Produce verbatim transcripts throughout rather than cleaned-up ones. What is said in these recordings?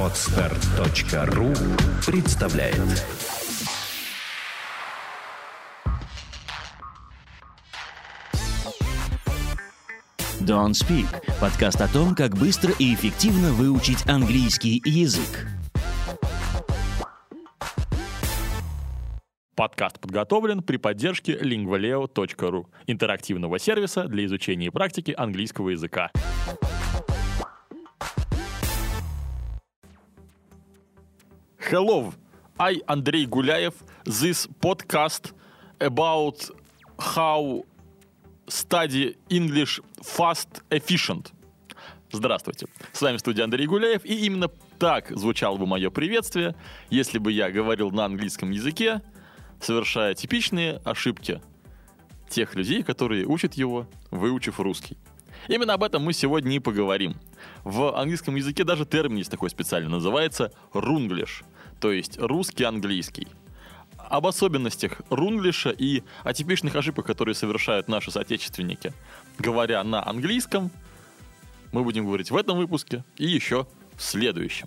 Подстер точка ру представляет. Don't Speak – подкаст о том, как быстро и эффективно выучить английский язык. Подкаст подготовлен при поддержке лингвалео точка ру, интерактивного сервиса для изучения и практики английского языка. Hello, I Андрей Гуляев. This podcast about how study English fast efficient. Здравствуйте, с вами в студии Андрей Гуляев, и именно так звучало бы мое приветствие, если бы я говорил на английском языке, совершая типичные ошибки тех людей, которые учат его, выучив русский. Именно об этом мы сегодня и поговорим. В английском языке даже термин есть такой специальный, называется рунглиш, то есть русский-английский. Об особенностях рунглиша и о типичных ошибках, которые совершают наши соотечественники, говоря на английском, мы будем говорить в этом выпуске и еще в следующем.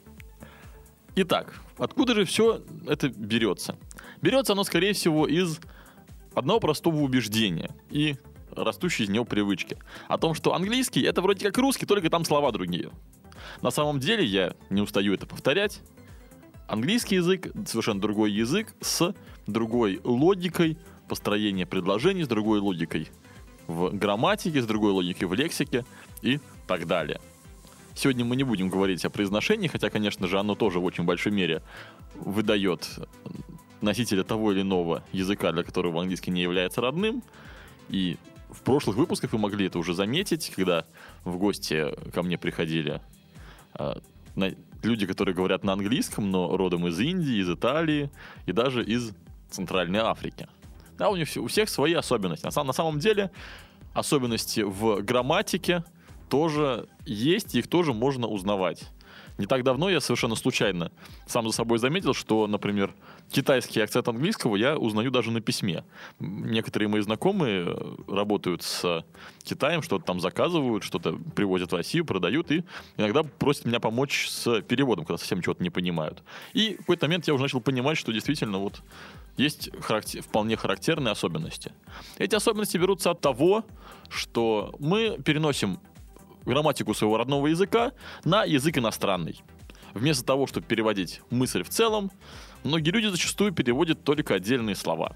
Итак, откуда же все это берется? Берется оно, скорее всего, из одного простого убеждения и растущей из него привычки. О том, что английский — это вроде как русский, только там слова другие. На самом деле, я не устаю это повторять, английский язык — совершенно другой язык с другой логикой построения предложений, с другой логикой в грамматике, с другой логикой в лексике и так далее. Сегодня мы не будем говорить о произношении, хотя, конечно же, оно тоже в очень большой мере выдает носителя того или иного языка, для которого английский не является родным. И в прошлых выпусках вы могли это уже заметить, когда в гости ко мне приходили э, на, люди, которые говорят на английском, но родом из Индии, из Италии и даже из Центральной Африки. Да, у них у всех свои особенности. На, на самом деле особенности в грамматике тоже есть, их тоже можно узнавать. Не так давно я совершенно случайно сам за собой заметил, что, например, китайский акцент английского я узнаю даже на письме. Некоторые мои знакомые работают с Китаем, что-то там заказывают, что-то привозят в Россию, продают, и иногда просят меня помочь с переводом, когда совсем чего-то не понимают. И в какой-то момент я уже начал понимать, что действительно вот есть характер, вполне характерные особенности. Эти особенности берутся от того, что мы переносим грамматику своего родного языка на язык иностранный. Вместо того, чтобы переводить мысль в целом, многие люди зачастую переводят только отдельные слова.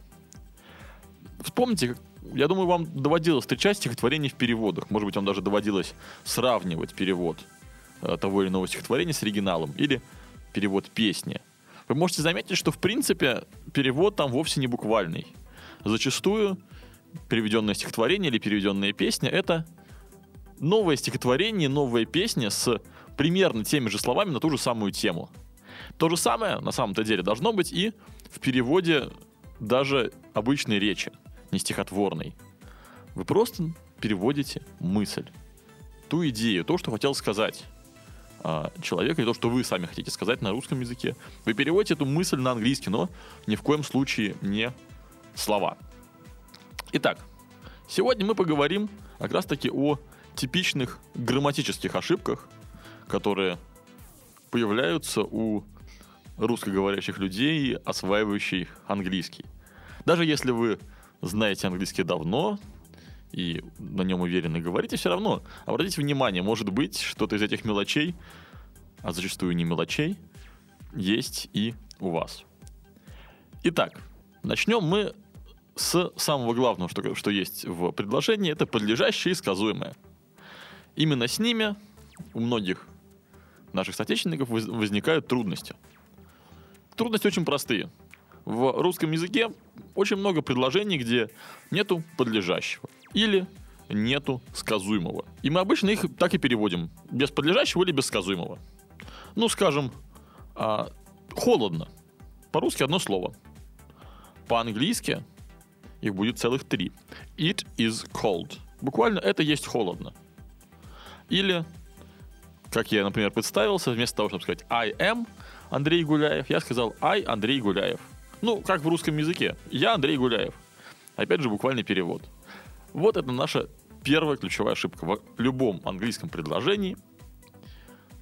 Вспомните, я думаю, вам доводилось встречать стихотворение в переводах. Может быть, вам даже доводилось сравнивать перевод того или иного стихотворения с оригиналом или перевод песни. Вы можете заметить, что в принципе перевод там вовсе не буквальный. Зачастую переведенное стихотворение или переведенная песня — это новое стихотворение, новая песня с примерно теми же словами на ту же самую тему. То же самое, на самом-то деле, должно быть и в переводе даже обычной речи, не стихотворной. Вы просто переводите мысль, ту идею, то, что хотел сказать а, человек, или то, что вы сами хотите сказать на русском языке. Вы переводите эту мысль на английский, но ни в коем случае не слова. Итак, сегодня мы поговорим как раз-таки о типичных грамматических ошибках, которые появляются у русскоговорящих людей, осваивающих английский. Даже если вы знаете английский давно и на нем уверенно говорите, все равно обратите внимание, может быть, что-то из этих мелочей, а зачастую не мелочей, есть и у вас. Итак, начнем мы с самого главного, что, что есть в предложении, это подлежащее и сказуемое. Именно с ними у многих наших соотечественников возникают трудности. Трудности очень простые. В русском языке очень много предложений, где нету подлежащего или нету сказуемого. И мы обычно их так и переводим: без подлежащего или без сказуемого. Ну, скажем, холодно. По-русски одно слово. По-английски их будет целых три. It is cold. Буквально это есть холодно. Или, как я, например, представился, вместо того, чтобы сказать I am Андрей Гуляев, я сказал I Андрей Гуляев. Ну, как в русском языке. Я Андрей Гуляев. Опять же, буквальный перевод. Вот это наша первая ключевая ошибка. В любом английском предложении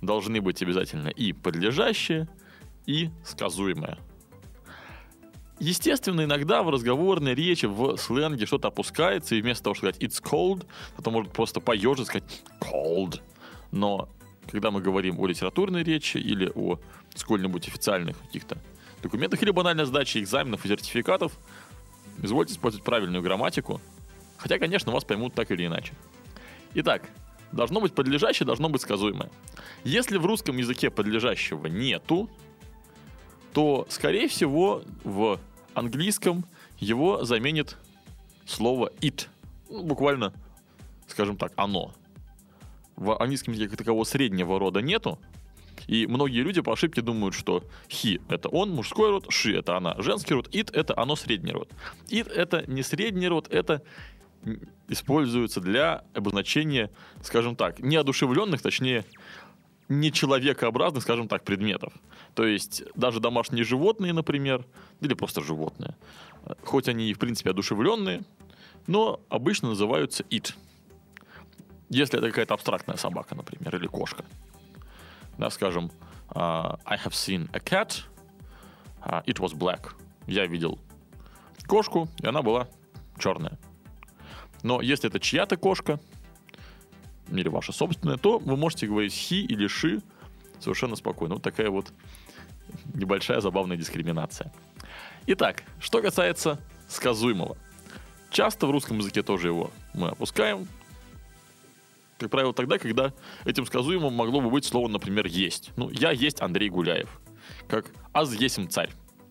должны быть обязательно и подлежащее, и сказуемое. Естественно, иногда в разговорной речи, в сленге что-то опускается, и вместо того, чтобы сказать «it's cold», это может просто поежить, сказать «cold». Но когда мы говорим о литературной речи или о сколь-нибудь официальных каких-то документах или банальной сдаче экзаменов и сертификатов, извольте использовать правильную грамматику, хотя, конечно, вас поймут так или иначе. Итак, должно быть подлежащее, должно быть сказуемое. Если в русском языке подлежащего нету, то, скорее всего, в английском его заменит слово it. Ну, буквально, скажем так, оно. В английском языке как такового среднего рода нету. И многие люди по ошибке думают, что he — это он, мужской род, she — это она, женский род, it — это оно, средний род. It — это не средний род, это используется для обозначения, скажем так, неодушевленных, точнее, нечеловекообразных, скажем так, предметов. То есть даже домашние животные, например, или просто животные, хоть они и в принципе одушевленные, но обычно называются it. Если это какая-то абстрактная собака, например, или кошка. Да, скажем, uh, I have seen a cat, uh, it was black. Я видел кошку, и она была черная. Но если это чья-то кошка, или ваша собственная, то вы можете говорить he или she совершенно спокойно. Вот такая вот небольшая забавная дискриминация. Итак, что касается сказуемого. Часто в русском языке тоже его мы опускаем. Как правило, тогда, когда этим сказуемым могло бы быть слово, например, есть. Ну, я есть Андрей Гуляев. Как аз есмь царь.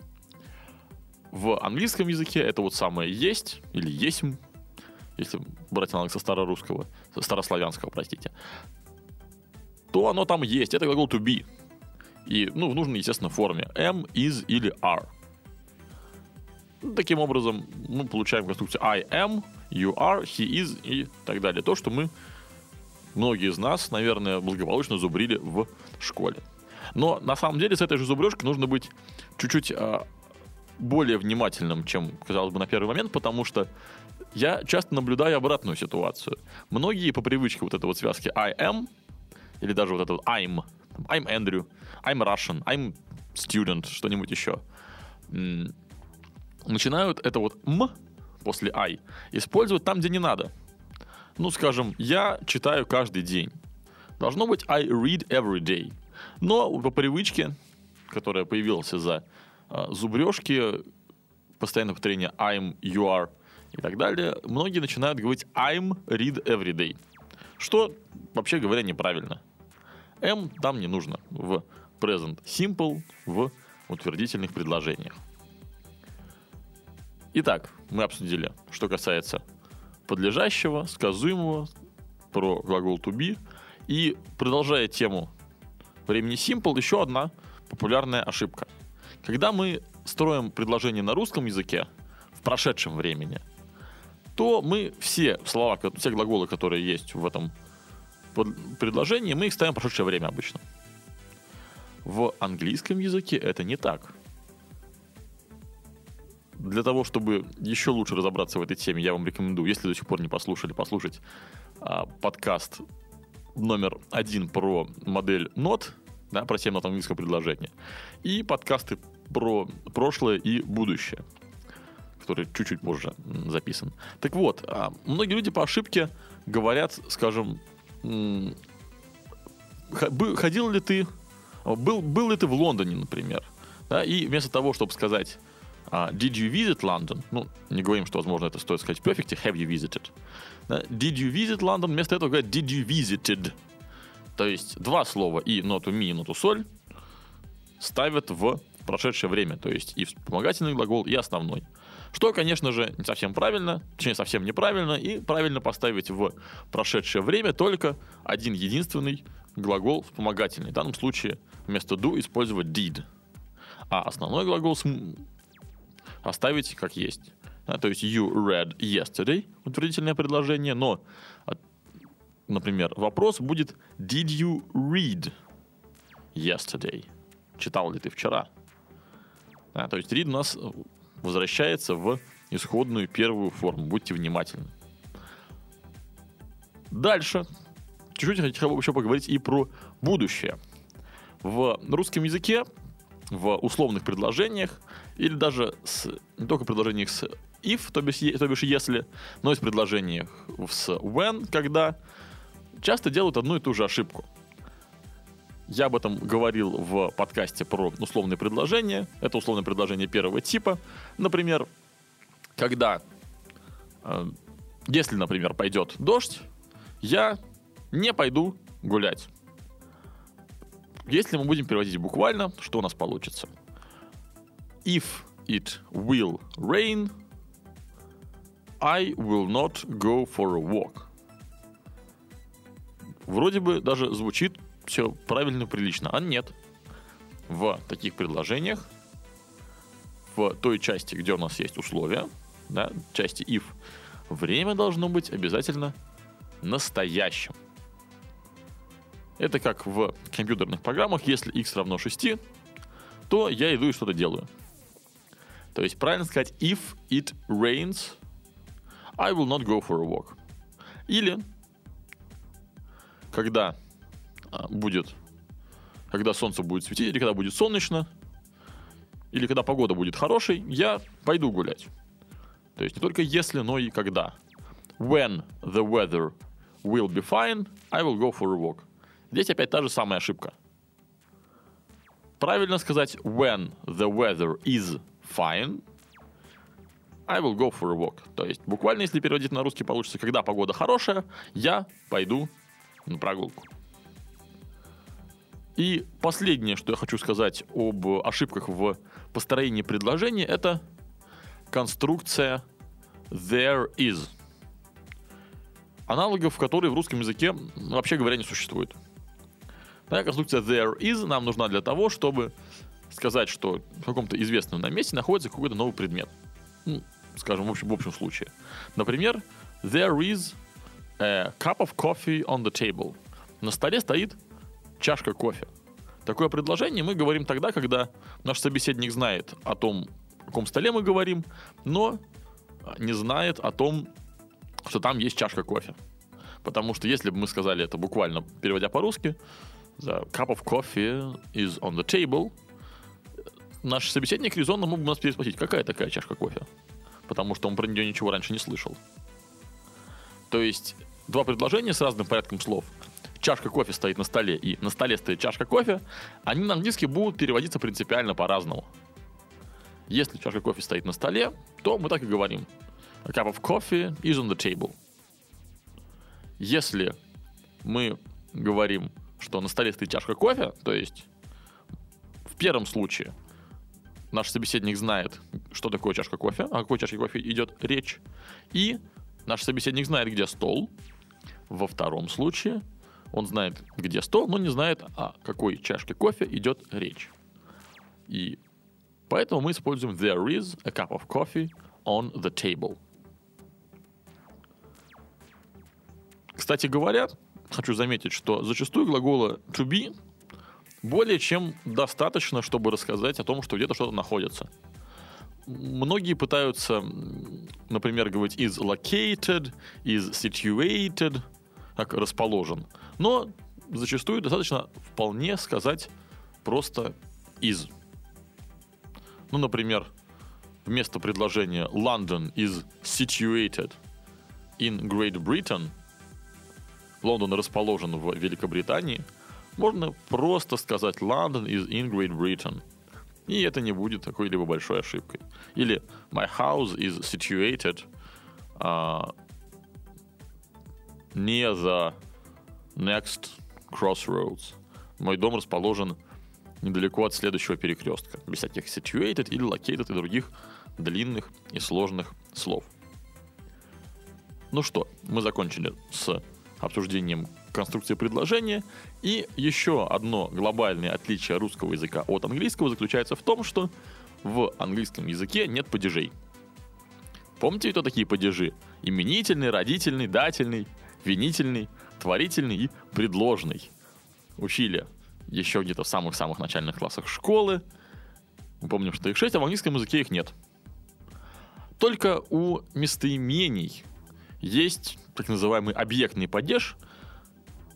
В английском языке это вот самое есть или есмь, если брать аналог со старорусского, со старославянского, простите, то оно там есть. Это глагол to be. И, ну, в нужной, естественно, форме. Am, is или are. Таким образом, мы получаем конструкцию I am, you are, he is и так далее. То, что мы, многие из нас, наверное, благополучно зубрили в школе. Но, на самом деле, с этой же зубрежкой нужно быть чуть-чуть а, более внимательным, чем, казалось бы, на первый момент, потому что я часто наблюдаю обратную ситуацию. Многие по привычке вот этой вот связки I am, или даже вот это вот I'm, I'm Andrew, I'm Russian, I'm student, что-нибудь еще, начинают это вот м после I использовать там, где не надо. Ну, скажем, я читаю каждый день. Должно быть I read every day. Но по привычке, которая появилась из-за э, зубрежки, постоянное повторение I'm, you are и так далее, многие начинают говорить I'm read every day. Что, вообще говоря, неправильно. M там не нужно в present simple, в утвердительных предложениях. Итак, мы обсудили, что касается подлежащего, сказуемого, про глагол to be. И продолжая тему времени simple, еще одна популярная ошибка. Когда мы строим предложение на русском языке в прошедшем времени, то мы все слова, все глаголы, которые есть в этом предложении, мы их ставим в прошедшее время обычно. В английском языке это не так. Для того, чтобы еще лучше разобраться в этой теме, я вам рекомендую, если до сих пор не послушали, послушать а, подкаст номер один про модель нот, да, про семь нот английского предложения, и подкасты про прошлое и будущее, который чуть-чуть позже записан. Так вот, а, многие люди по ошибке говорят, скажем, ходил ли ты, был, был ли ты в Лондоне, например, да, и вместо того, чтобы сказать Uh, did you visit London? Ну, не говорим, что, возможно, это стоит сказать в перфекте. Have you visited? Да? Did you visit London? Вместо этого говорят did you visited? То есть два слова и ноту ми, и ноту соль ставят в прошедшее время. То есть и вспомогательный глагол, и основной. Что, конечно же, не совсем правильно, точнее, совсем неправильно. И правильно поставить в прошедшее время только один единственный глагол вспомогательный. В данном случае вместо do использовать did. А основной глагол оставить как есть. Да, то есть you read yesterday, утвердительное предложение, но, например, вопрос будет did you read yesterday? Читал ли ты вчера? Да, то есть read у нас возвращается в исходную первую форму. Будьте внимательны. Дальше. чуть-чуть хотел бы еще поговорить и про будущее. В русском языке, в условных предложениях, или даже с, не только предложениях с if, то бишь, то бишь если, но и в предложениях с when, когда, часто делают одну и ту же ошибку. Я об этом говорил в подкасте про условные предложения. Это условное предложение первого типа. Например, когда, э, если, например, пойдет дождь, я не пойду гулять. Если мы будем переводить буквально, что у нас получится? If it will rain, I will not go for a walk. Вроде бы даже звучит все правильно, прилично, а нет. В таких предложениях, в той части, где у нас есть условия, да, части if, время должно быть обязательно настоящим. Это как в компьютерных программах, если x равно шести, то я иду и что-то делаю. То есть правильно сказать if it rains, I will not go for a walk. Или когда будет, когда солнце будет светить, или когда будет солнечно, или когда погода будет хорошей, я пойду гулять. То есть не только если, но и когда. When the weather will be fine, I will go for a walk. Здесь опять та же самая ошибка. Правильно сказать when the weather is fine, I will go for a walk. То есть буквально, если переводить на русский, получится, когда погода хорошая, я пойду на прогулку. И последнее, что я хочу сказать об ошибках в построении предложения, это конструкция there is. Аналогов, которые в русском языке, вообще говоря, не существует. Такая конструкция there is нам нужна для того, чтобы сказать, что в каком-то известном нам месте находится какой-то новый предмет. Ну, скажем, в общем, в общем случае. Например, there is a cup of coffee on the table. На столе стоит чашка кофе. Такое предложение мы говорим тогда, когда наш собеседник знает о том, о каком столе мы говорим, но не знает о том, что там есть чашка кофе. Потому что если бы мы сказали это буквально, переводя по-русски, the cup of coffee is on the table, наш собеседник резонно мог бы нас переспросить, какая такая чашка кофе? Потому что он про нее ничего раньше не слышал. То есть два предложения с разным порядком слов. Чашка кофе стоит на столе и на столе стоит чашка кофе, они на английский будут переводиться принципиально по-разному. Если чашка кофе стоит на столе, то мы так и говорим. A cup of coffee is on the table. Если мы говорим, что на столе стоит чашка кофе, то есть в первом случае наш собеседник знает, что такое чашка кофе, о какой чашке кофе идет речь, и наш собеседник знает, где стол. Во втором случае он знает, где стол, но не знает, о какой чашке кофе идет речь. И поэтому мы используем there is a cup of coffee on the table. Кстати говоря, хочу заметить, что зачастую глагола to be более чем достаточно, чтобы рассказать о том, что где-то что-то находится. Многие пытаются, например, говорить is located, is situated, как расположен. Но зачастую достаточно вполне сказать просто is. Ну, например, вместо предложения London is situated in Great Britain, Лондон расположен в Великобритании, можно просто сказать London is in Great Britain. И это не будет какой-либо большой ошибкой. Или my house is situated uh, near the next crossroads. Мой дом расположен недалеко от следующего перекрестка. Без всяких situated или located и других длинных и сложных слов. Ну что, мы закончили с обсуждением конструкции предложения. И еще одно глобальное отличие русского языка от английского заключается в том, что в английском языке нет падежей. Помните, кто такие падежи? Именительный, родительный, дательный, винительный, творительный и предложный. Учили еще где-то в самых-самых начальных классах школы. Мы помним, что их шесть, а в английском языке их нет. Только у местоимений есть так называемый объектный падеж,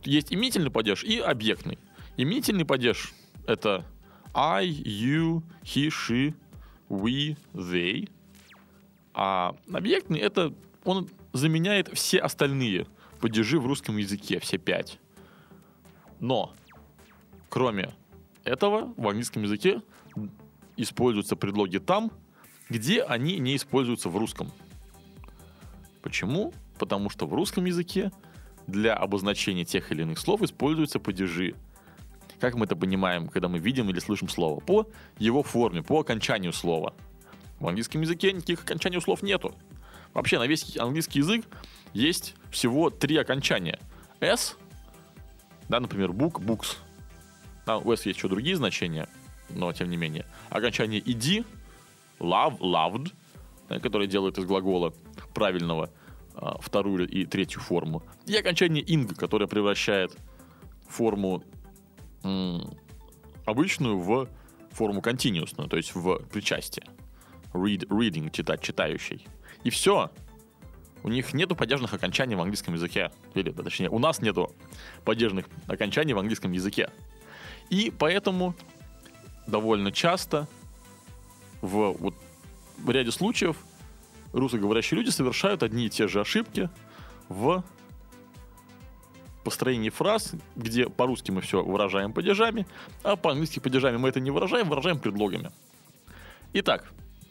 есть именительный падеж и объектный. Именительный падеж — это I, you, he, she, we, they. А объектный — это он заменяет все остальные падежи в русском языке, все пять. Но, кроме этого, в английском языке используются предлоги там, где они не используются в русском. Почему? Потому что в русском языке для обозначения тех или иных слов используются падежи. Как мы это понимаем, когда мы видим или слышим слово? По его форме, по окончанию слова. В английском языке никаких окончаний у слов нету. Вообще на весь английский язык есть всего три окончания. S, да, например, book, books. Да, у S есть еще другие значения, но тем не менее. Окончание ed, love, loved, да, которое делает из глагола правильного а, вторую и третью форму. И окончание ing, которое превращает форму м, обычную в форму continuousную, то есть в причастие. Read, reading, читать, читающий. И все. У них нету падежных окончаний в английском языке. Или, точнее, у нас нету падежных окончаний в английском языке. И поэтому довольно часто в, вот, в ряде случаев русскоговорящие люди совершают одни и те же ошибки в построении фраз, где по-русски мы все выражаем падежами, а по-английски падежами мы это не выражаем, выражаем предлогами. Итак,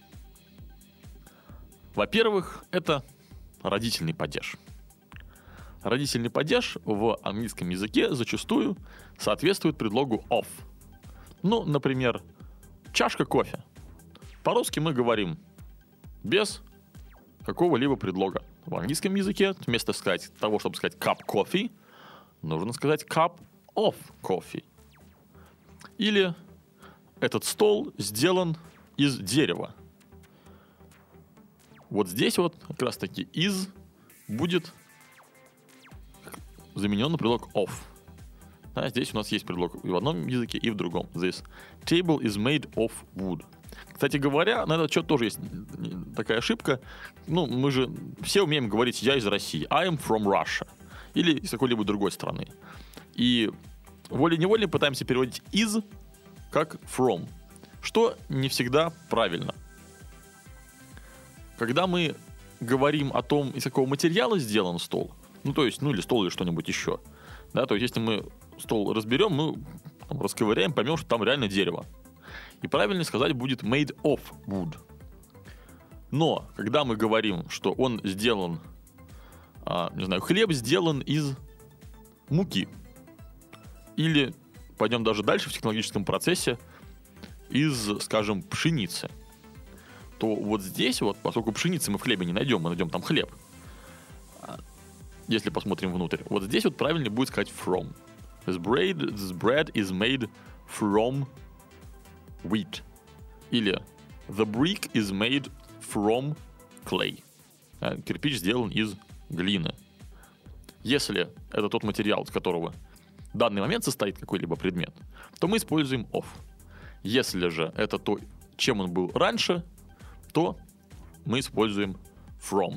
во-первых, это родительный падеж. Родительный падеж в английском языке зачастую соответствует предлогу of. Ну, например, чашка кофе. По-русски мы говорим без какого-либо предлога. В английском языке вместо сказать, того, чтобы сказать cup coffee, нужно сказать cup of coffee. Или этот стол сделан из дерева. Вот здесь вот как раз таки is будет заменен на предлог of. Да, здесь у нас есть предлог и в одном языке, и в другом. This table is made of wood. Кстати говоря, на этот счет тоже есть такая ошибка. Ну, мы же все умеем говорить «я из России», I am from Russia, или из какой-либо другой страны. И волей-неволей пытаемся переводить is как from, что не всегда правильно. Когда мы говорим о том, из какого материала сделан стол, ну, то есть, ну, или стол, или что-нибудь еще, да, то есть, если мы стол разберем, мы там, расковыряем, поймем, что там реально дерево. И правильно сказать будет made of wood. Но, когда мы говорим, что он сделан, а, не знаю, хлеб сделан из муки, или, пойдем даже дальше в технологическом процессе, из, скажем, пшеницы, то вот здесь вот, поскольку пшеницы мы в хлебе не найдем, мы найдем там хлеб, если посмотрим внутрь, вот здесь вот правильно будет сказать from. This bread, this bread is made from wheat. Или the brick is made from clay. Кирпич сделан из глины. Если это тот материал, из которого в данный момент состоит какой-либо предмет, то мы используем of. Если же это то, чем он был раньше, то мы используем from.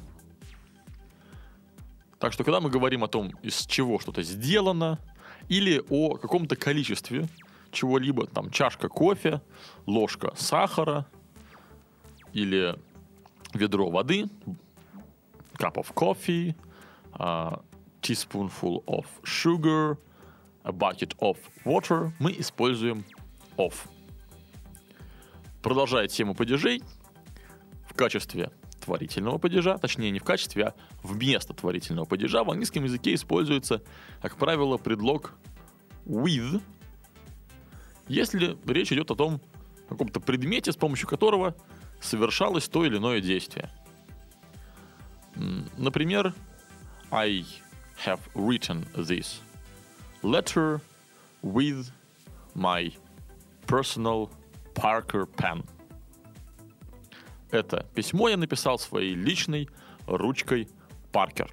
Так что, когда мы говорим о том, из чего что-то сделано, или о каком-то количестве чего-либо, там, чашка кофе, ложка сахара, или ведро воды, cup of coffee, a teaspoonful of sugar, a bucket of water, мы используем of. Продолжая тему падежей, в качестве творительного падежа, точнее не в качестве, а вместо творительного падежа в английском языке используется, как правило, предлог with, если речь идет о том каком-то предмете, с помощью которого совершалось то или иное действие. Например, I have written this letter with my personal Parker pen. Это письмо я написал своей личной ручкой Паркер.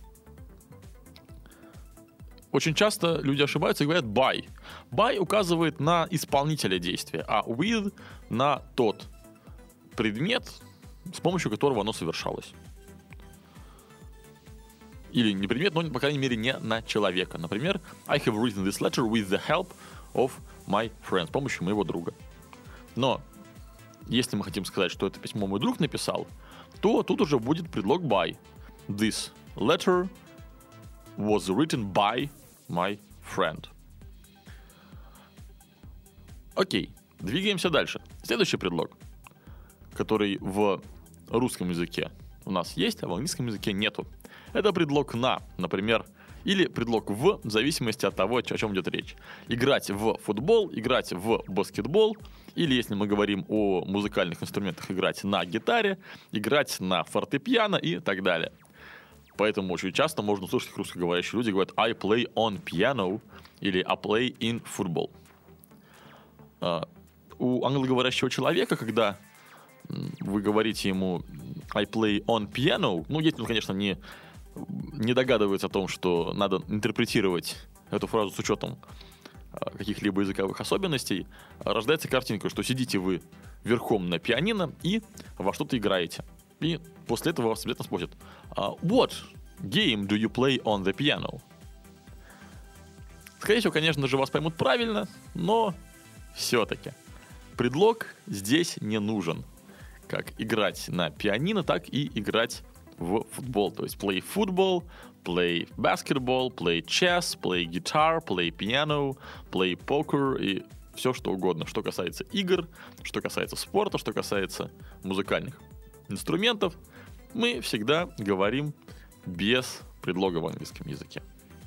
Очень часто люди ошибаются и говорят by. By указывает на исполнителя действия, а with на тот предмет, с помощью которого оно совершалось. или не предмет, но, по крайней мере, не на человека. Например, I have written this letter with the help of my friend, с помощью моего друга. Но если мы хотим сказать, что это письмо мой друг написал, то тут уже будет предлог by. This letter was written by my friend. Окей, двигаемся дальше. Следующий предлог, который в русском языке у нас есть, а в английском языке нету. Это предлог на, например, или предлог в, в зависимости от того, о чем идет речь. Играть в футбол, играть в баскетбол, или, если мы говорим о музыкальных инструментах, играть на гитаре, играть на фортепиано и так далее. Поэтому очень часто можно услышать, как русскоговорящие люди говорят I play on piano или I play in football. Uh, у англоговорящего человека, когда вы говорите ему I play on piano, ну, если он, конечно, не, не догадывается о том, что надо интерпретировать эту фразу с учетом uh, каких-либо языковых особенностей, рождается картинка, что сидите вы верхом на пианино и во что-то играете. И после этого вас обязательно спросят uh, What game do you play on the piano? Скорее всего, конечно же, вас поймут правильно, но все-таки предлог здесь не нужен. Как играть на пианино, так и играть в футбол. То есть play football, play basketball, play chess, play guitar, play piano, play poker и все что угодно. Что касается игр, что касается спорта, что касается музыкальных инструментов, мы всегда говорим без предлога в английском языке.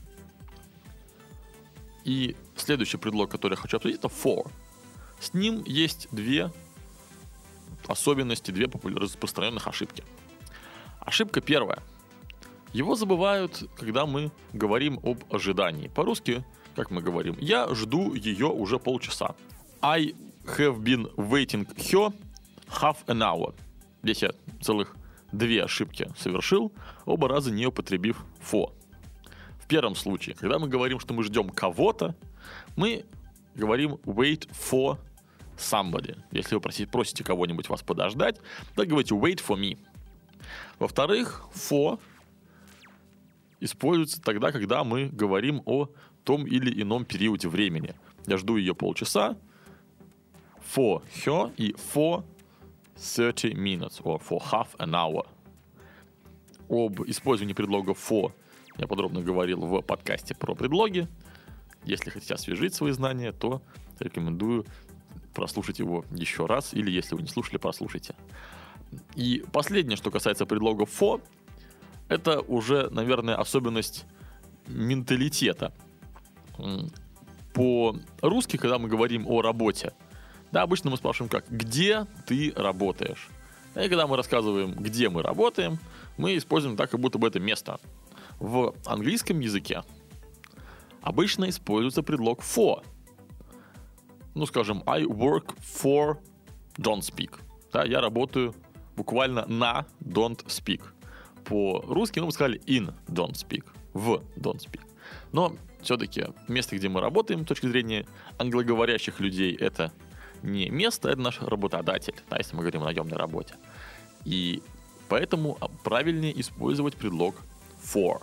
И следующий предлог, который я хочу обсудить, это for. С ним есть две особенности, две распространенных ошибки. Ошибка первая. Его забывают, когда мы говорим об ожидании. По-русски, как мы говорим, я жду ее уже полчаса. I have been waiting her half an hour. Здесь я целых две ошибки совершил, оба раза не употребив for. В первом случае, когда мы говорим, что мы ждем кого-то, мы говорим wait for somebody. Если вы просите, просите кого-нибудь вас подождать, то говорите wait for me. Во-вторых, for используется тогда, когда мы говорим о том или ином периоде времени. Я жду ее полчаса, for her и for thirty minutes, or for half an hour. Об использовании предлога for я подробно говорил в подкасте про предлоги. Если хотите освежить свои знания, то рекомендую прослушать его еще раз, или если вы не слушали, прослушайте. И последнее, что касается предлога for, это уже, наверное, особенность менталитета. По-русски, когда мы говорим о работе, да, обычно мы спрашиваем как, где ты работаешь? И когда мы рассказываем, где мы работаем, мы используем так, как будто бы это место. В английском языке обычно используется предлог for. Ну, скажем, I work for don't speak. Да, я работаю буквально на don't speak. По-русски, ну, мы сказали in don't speak. В don't speak. Но все-таки место, где мы работаем, с точки зрения англоговорящих людей, это не место, это наш работодатель, да, если мы говорим о наемной работе. И поэтому правильнее использовать предлог for.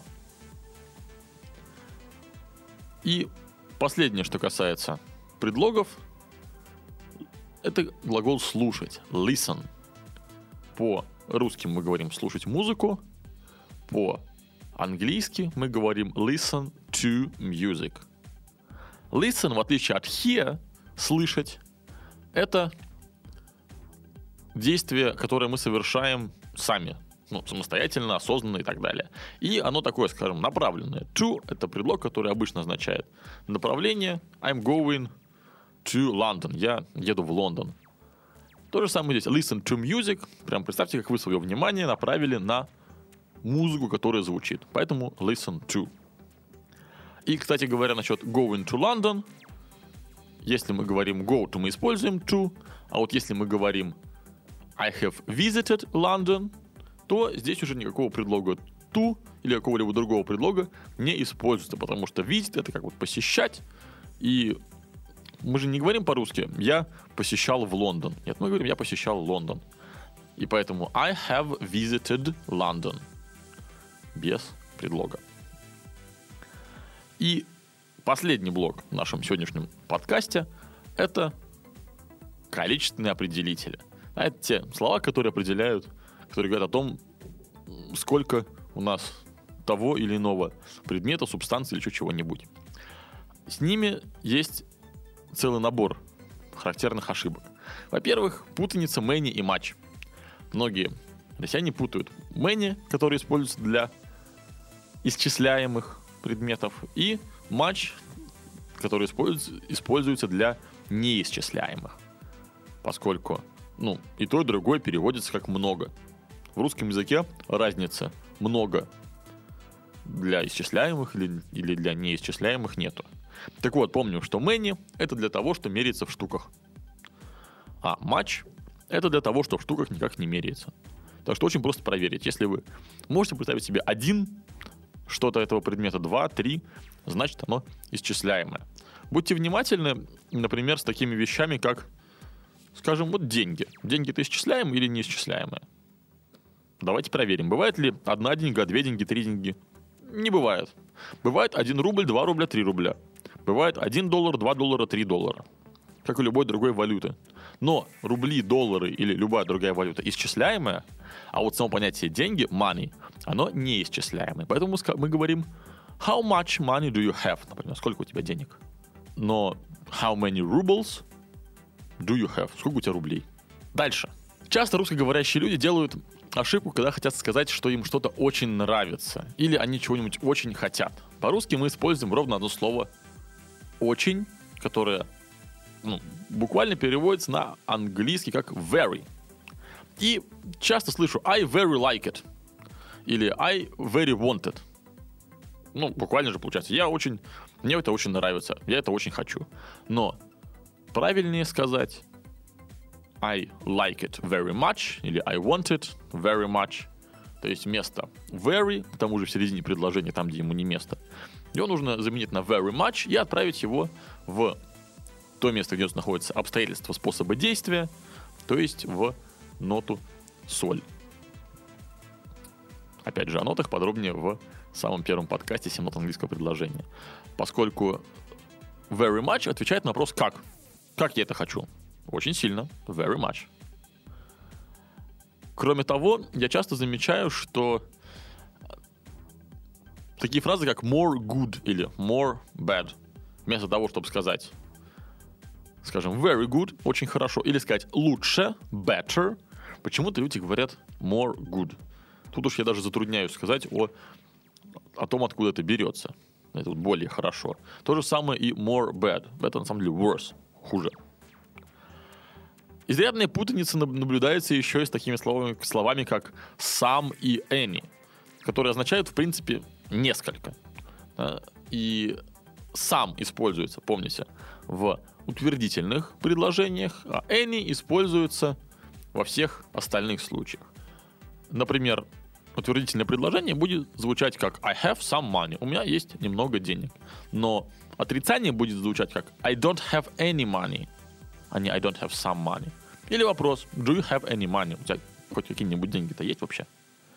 И последнее, что касается предлогов, это глагол слушать, listen. По-русски мы говорим слушать музыку, по-английски мы говорим listen to music. Listen, в отличие от hear, слышать, это действие, которое мы совершаем сами, ну, самостоятельно, осознанно и так далее. И оно такое, скажем, направленное. To — это предлог, который обычно означает направление. I'm going to London. Я еду в Лондон. То же самое здесь. Listen to music. Прям представьте, как вы свое внимание направили на музыку, которая звучит. Поэтому listen to. И, кстати говоря, насчет going to London. Если мы говорим go, то мы используем to. А вот если мы говорим I have visited London, то здесь уже никакого предлога to или какого-либо другого предлога не используется, потому что visit — это как вот посещать, и мы же не говорим по-русски «я посещал в Лондон». Нет, мы говорим «я посещал Лондон». И поэтому I have visited London. Без предлога. И последний блок в нашем сегодняшнем подкасте – это количественные определители. Это те слова, которые определяют, которые говорят о том, сколько у нас того или иного предмета, субстанции или еще чего-нибудь. С ними есть целый набор характерных ошибок. Во-первых, путаница many и much. Многие россияне путают many, которые используются для исчисляемых предметов, и much, который используется, используется для неисчисляемых. Поскольку ну, и то, и другое переводится как много. В русском языке разницы много для исчисляемых или, или для неисчисляемых нету. Так вот, помню, что many — это для того, что меряется в штуках. А much — это для того, что в штуках никак не меряется. Так что очень просто проверить. Если вы можете представить себе один что-то этого предмета, два, три, значит оно исчисляемое. Будьте внимательны, например, с такими вещами, как, скажем, вот деньги. Деньги-то исчисляемые или неисчисляемые? Давайте проверим. Бывает ли одна деньга, две деньги, три деньги? Не бывает. Бывает один рубль, два рубля, три рубля. Бывает один доллар, два доллара, три доллара. Как и любой другой валюты. Но рубли, доллары или любая другая валюта исчисляемая, а вот само понятие деньги, money, оно неисчисляемое. Поэтому мы говорим how much money do you have? Например, сколько у тебя денег? Но how many rubles do you have? Сколько у тебя рублей? Дальше. Часто русскоговорящие люди делают ошибку, когда хотят сказать, что им что-то очень нравится. Или они чего-нибудь очень хотят. По-русски мы используем ровно одно слово «очень», которое ну, буквально переводится на английский как very. И часто слышу I very like it. Или I very want it. Ну, буквально же получается. Я очень... Мне это очень нравится. Я это очень хочу. Но правильнее сказать I like it very much или I want it very much. То есть вместо very, к тому же в середине предложения, там, где ему не место, его нужно заменить на very much и отправить его в то место, где находится обстоятельства способа действия, то есть в ноту соль. Опять же, о нотах подробнее в самом первом подкасте «семь нот английского предложения». Поскольку very much отвечает на вопрос «как?». Как я это хочу? Очень сильно. Very much. Кроме того, я часто замечаю, что такие фразы, как more good или more bad, вместо того, чтобы сказать, скажем, very good, очень хорошо, или сказать лучше, better, почему-то люди говорят more good. Тут уж я даже затрудняюсь сказать о, о том, откуда это берется. Это вот более хорошо. То же самое и more bad. Это на самом деле worse, хуже. Изрядная путаница наблюдается еще и с такими словами, словами, как some и any, которые означают, в принципе, несколько. И some используется, помните, в утвердительных предложениях, а any используется во всех остальных случаях. Например, утвердительное предложение будет звучать как I have some money. У меня есть немного денег. Но отрицание будет звучать как I don't have any money, а не I don't have some money. Или вопрос do you have any money? У тебя хоть какие-нибудь деньги-то есть вообще?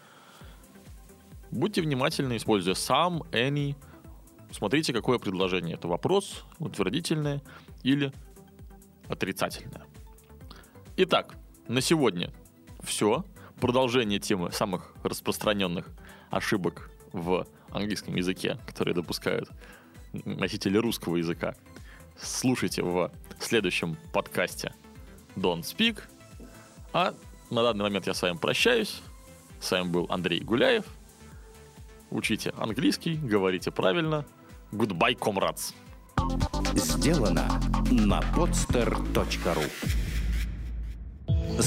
Будьте внимательны, используя some, any. Смотрите, какое предложение. Это вопрос, утвердительное или отрицательное. Итак, на сегодня все. Продолжение темы самых распространенных ошибок в английском языке, которые допускают носители русского языка. Слушайте в следующем подкасте Don't Speak. А на данный момент я с вами прощаюсь. С вами был Андрей Гуляев. Учите английский, говорите правильно. Goodbye, comrades. Сделано на podster точка ру.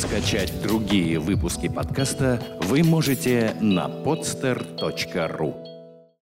Скачать другие выпуски подкаста вы можете на podster точка ру.